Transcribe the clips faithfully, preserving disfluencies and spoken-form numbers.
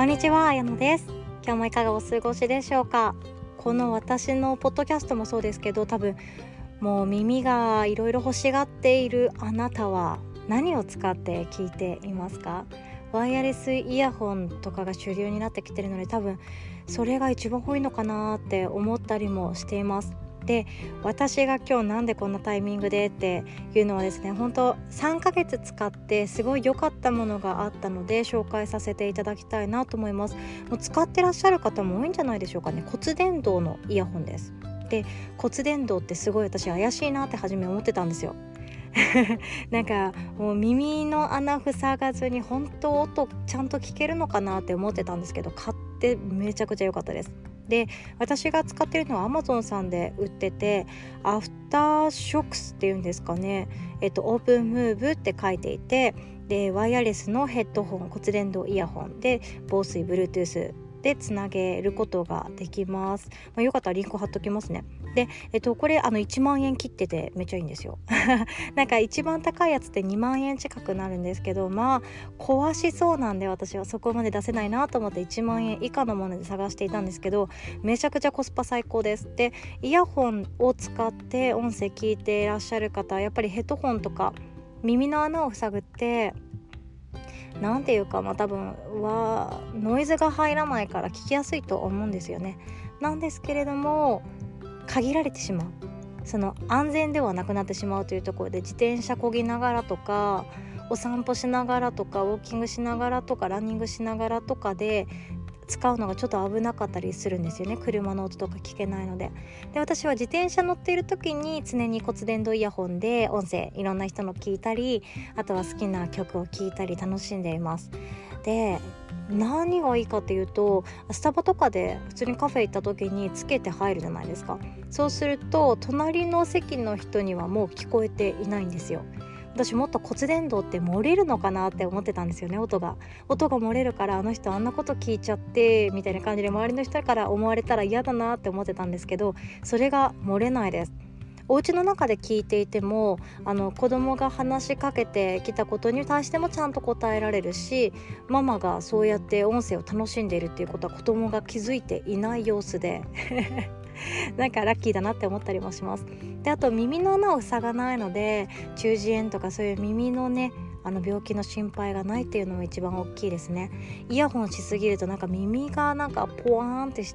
んにちは、あやのです。今日もいかがお過ごしでしょうか。この私のポッドキャストもそうですけど、多分もう耳がいろいろ欲しがっているあなたは何を使って聞いていますか？ワイヤレスイヤホンとかが主流になってきてるので、多分それが一番多いのかなって思ったりもしています。で、私が今日なんでこんなタイミングでっていうのはですね、本当さんかげつ使ってすごい良かったものがあったので紹介させていただきたいなと思います。もう使ってらっしゃる方も多いんじゃないでしょうかね。骨伝導のイヤホンです。で、骨伝導ってすごい私怪しいなって初め思ってたんですよ。なんかもう耳の穴塞がずに本当音ちゃんと聞けるのかなって思ってたんですけど、買ってめちゃくちゃ良かったです。で、私が使っているのは Amazon さんで売ってて、アフターショックスっていうんですかね、えっとオープンムーブって書いていて、でワイヤレスのヘッドホン、骨伝導イヤホンで防水 Bluetooth でつなげることができます。まあ、よかったらリンク貼っときますね。で、えっと、これあのいちまんえん切っててめっちゃいいんですよ。なんか一番高いやつってにまんえん近くなるんですけど、まあ壊しそうなんで私はそこまで出せないなと思っていちまんえん以下のもので探していたんですけど、めちゃくちゃコスパ最高です。で、イヤホンを使って音声聞いていらっしゃる方、やっぱりヘッドホンとか耳の穴を塞ぐってなんていうか、まあ多分はノイズが入らないから聞きやすいと思うんですよね。なんですけれども限られてしまう、その安全ではなくなってしまうというところで、自転車漕ぎながらとかお散歩しながらとかウォーキングしながらとかランニングしながらとかで使うのがちょっと危なかったりするんですよね。車の音とか聞けないので。で、私は自転車乗っている時に常に骨伝導イヤホンで音声いろんな人の聞いたり、あとは好きな曲を聞いたり楽しんでいます。で、何がいいかっていうと、スタバとかで普通にカフェ行った時につけて入るじゃないですか。そうすると隣の席の人にはもう聞こえていないんですよ。私もっと骨伝導って漏れるのかなって思ってたんですよね。音が音が漏れるから、あの人あんなこと聞いちゃってみたいな感じで周りの人から思われたら嫌だなって思ってたんですけど、それが漏れないです。お家の中で聞いていても、あの子供が話しかけてきたことに対してもちゃんと答えられるし、ママがそうやって音声を楽しんでいるっていうことは子供が気づいていない様子でなんかラッキーだなって思ったりもします。で、あと耳の穴を塞がないので中耳炎とかそういう耳のねあの病気の心配がないっていうのも一番大きいですね。イヤホンしすぎるとなんか耳がなんかポワーンってして、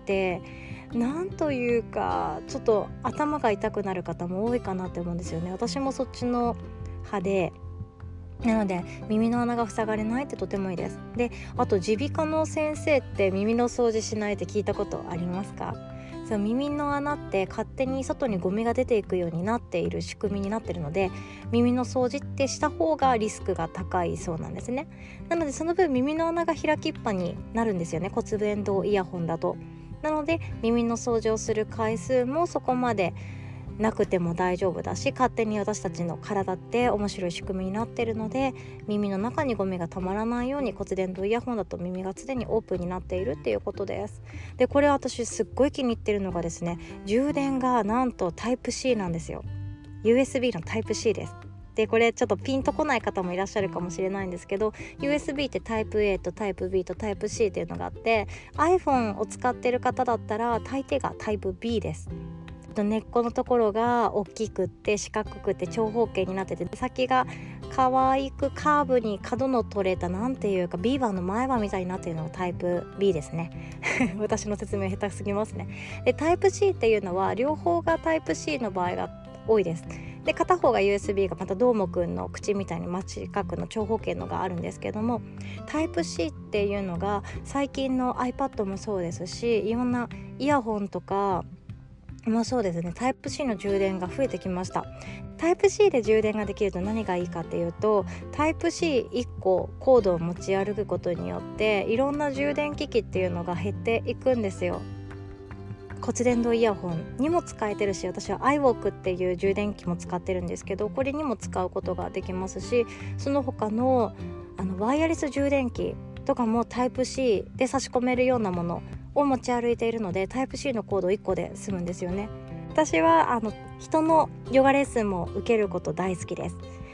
なんというかちょっと頭が痛くなる方も多いかなって思うんですよね。私もそっちの派で、なので耳の穴が塞がれないってとてもいいです。で、あと耳鼻科の先生って耳の掃除しないって聞いたことありますか？そう、耳の穴って勝手に外にゴミが出ていくようになっている仕組みになっているので、耳の掃除ってした方がリスクが高いそうなんですね。なのでその分耳の穴が開きっぱになるんですよね、骨伝導イヤホンだと。なので耳の掃除をする回数もそこまでなくても大丈夫だし、勝手に私たちの体って面白い仕組みになっているので、耳の中にゴミがたまらないように骨伝導イヤホンだと耳が常にオープンになっているっていうことです。で、これ私すっごい気に入ってるのがですね、充電がなんとタイプ シー なんですよ。 ユーエスビー のタイプ シー です。で、これちょっとピンとこない方もいらっしゃるかもしれないんですけど、 ユーエスビー ってタイプ エー とタイプ ビー とタイプ シー っていうのがあって、 iPhone を使ってる方だったら大抵がタイプ ビー です。根っこのところが大きくって四角くて長方形になってて、先が可愛くカーブに角の取れた、なんていうかビーバーの前歯みたいになっているのがタイプ ビー ですね。私の説明下手すぎますね。で、タイプ シー っていうのは両方がタイプ シー の場合が多いです。で、片方が ユーエスビー がまたどーもくんの口みたいに真四角の長方形のがあるんですけども、タイプ シー っていうのが最近の iPad もそうですし、いろんなイヤホンとかまあそうですね、タイプ シー の充電が増えてきました。タイプ シー で充電ができると何がいいかっていうと、タイプ シーいっこコードを持ち歩くことによっていろんな充電機器っていうのが減っていくんですよ。骨伝導イヤホンにも使えてるし、私は iWalk っていう充電器も使ってるんですけど、これにも使うことができますし、その他のあのワイヤレス充電器とかもタイプ シー で差し込めるようなものを持ち歩いているので、タイプ シー のコードいっこで済むんですよね。私はあの人のヨガレッスンも受けること大好きです。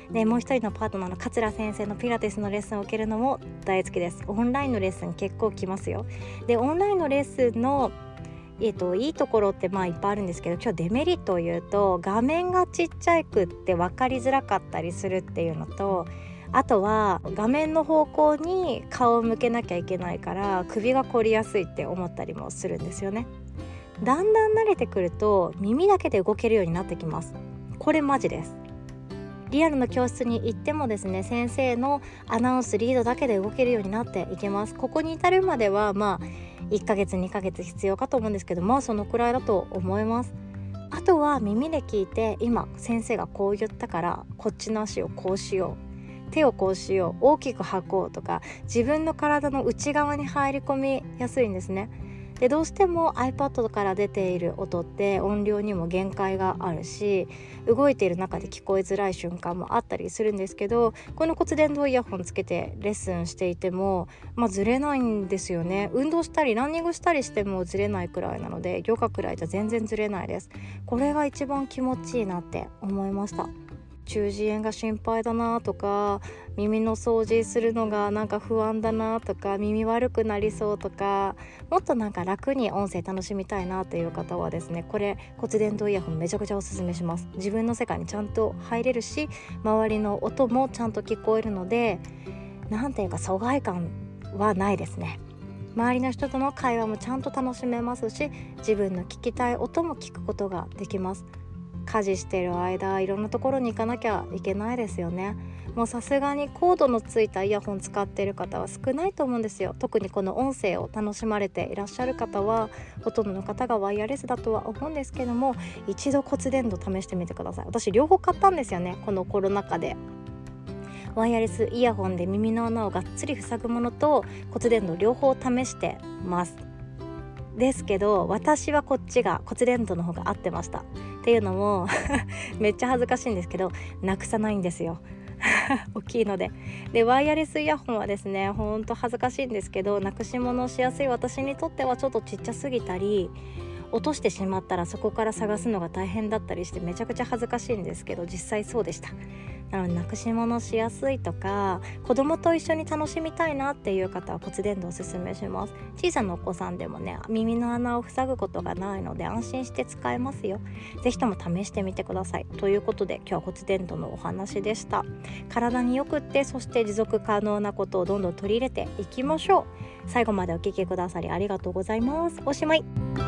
でもう一人のパートナーの桂先生のピラティスのレッスンを受けるのも大好きです。オンラインのレッスン結構来ますよ。でオンラインのレッスンのえーと、いいところってまあいっぱいあるんですけど、今日デメリットを言うと、画面がちっちゃくって分かりづらかったりするっていうのと、あとは画面の方向に顔を向けなきゃいけないから首が凝りやすいって思ったりもするんですよね。だんだん慣れてくると耳だけで動けるようになってきます。これマジです。リアルの教室に行ってもですね、先生のアナウンスリードだけで動けるようになっていきます。ここに至るまではまあいっかげつにかげつ必要かと思うんですけど、まあそのくらいだと思います。あとは耳で聞いて、今先生がこう言ったからこっちの足をこうしよう、手をこうしよう、大きく吐こうとか、自分の体の内側に入り込みやすいんですね。でどうしても iPad から出ている音って音量にも限界があるし、動いている中で聞こえづらい瞬間もあったりするんですけど、この骨伝導イヤホンつけてレッスンしていても、まあ、ずれないんですよね。運動したりランニングしたりしてもずれないくらいなので、ヨガくらいじゃ全然ずれないです。これが一番気持ちいいなって思いました。中耳炎が心配だなとか、耳の掃除するのがなんか不安だなとか、耳悪くなりそうとか、もっとなんか楽に音声楽しみたいなという方はですね、これ骨伝導イヤホンめちゃくちゃおすすめします。自分の世界にちゃんと入れるし、周りの音もちゃんと聞こえるので、なんていうか疎外感はないですね。周りの人との会話もちゃんと楽しめますし、自分の聞きたい音も聞くことができます。家事してる間いろんなところに行かなきゃいけないですよね。もうさすがにコードのついたイヤホン使っている方は少ないと思うんですよ。特にこの音声を楽しまれていらっしゃる方は、ほとんどの方がワイヤレスだとは思うんですけども、一度骨伝導試してみてください。私両方買ったんですよね、このコロナ禍で。ワイヤレスイヤホンで耳の穴をがっつり塞ぐものと骨伝導両方試してますですけど、私はこっちが骨伝導の方が合ってました。っていうのもめっちゃ恥ずかしいんですけど、なくさないんですよ大きいので。でワイヤレスイヤホンはですね、ほんと恥ずかしいんですけど、なくし物をしやすい私にとってはちょっとちっちゃすぎたり、落としてしまったらそこから探すのが大変だったりして、めちゃくちゃ恥ずかしいんですけど、実際そうでした。なのでなくし物しやすいとか、子供と一緒に楽しみたいなっていう方は骨伝導おすすめします。小さなお子さんでもね、耳の穴を塞ぐことがないので安心して使えますよ。ぜひとも試してみてください。ということで今日は骨伝導のお話でした。体によくって、そして持続可能なことをどんどん取り入れていきましょう。最後までお聞きくださりありがとうございます。おしまい。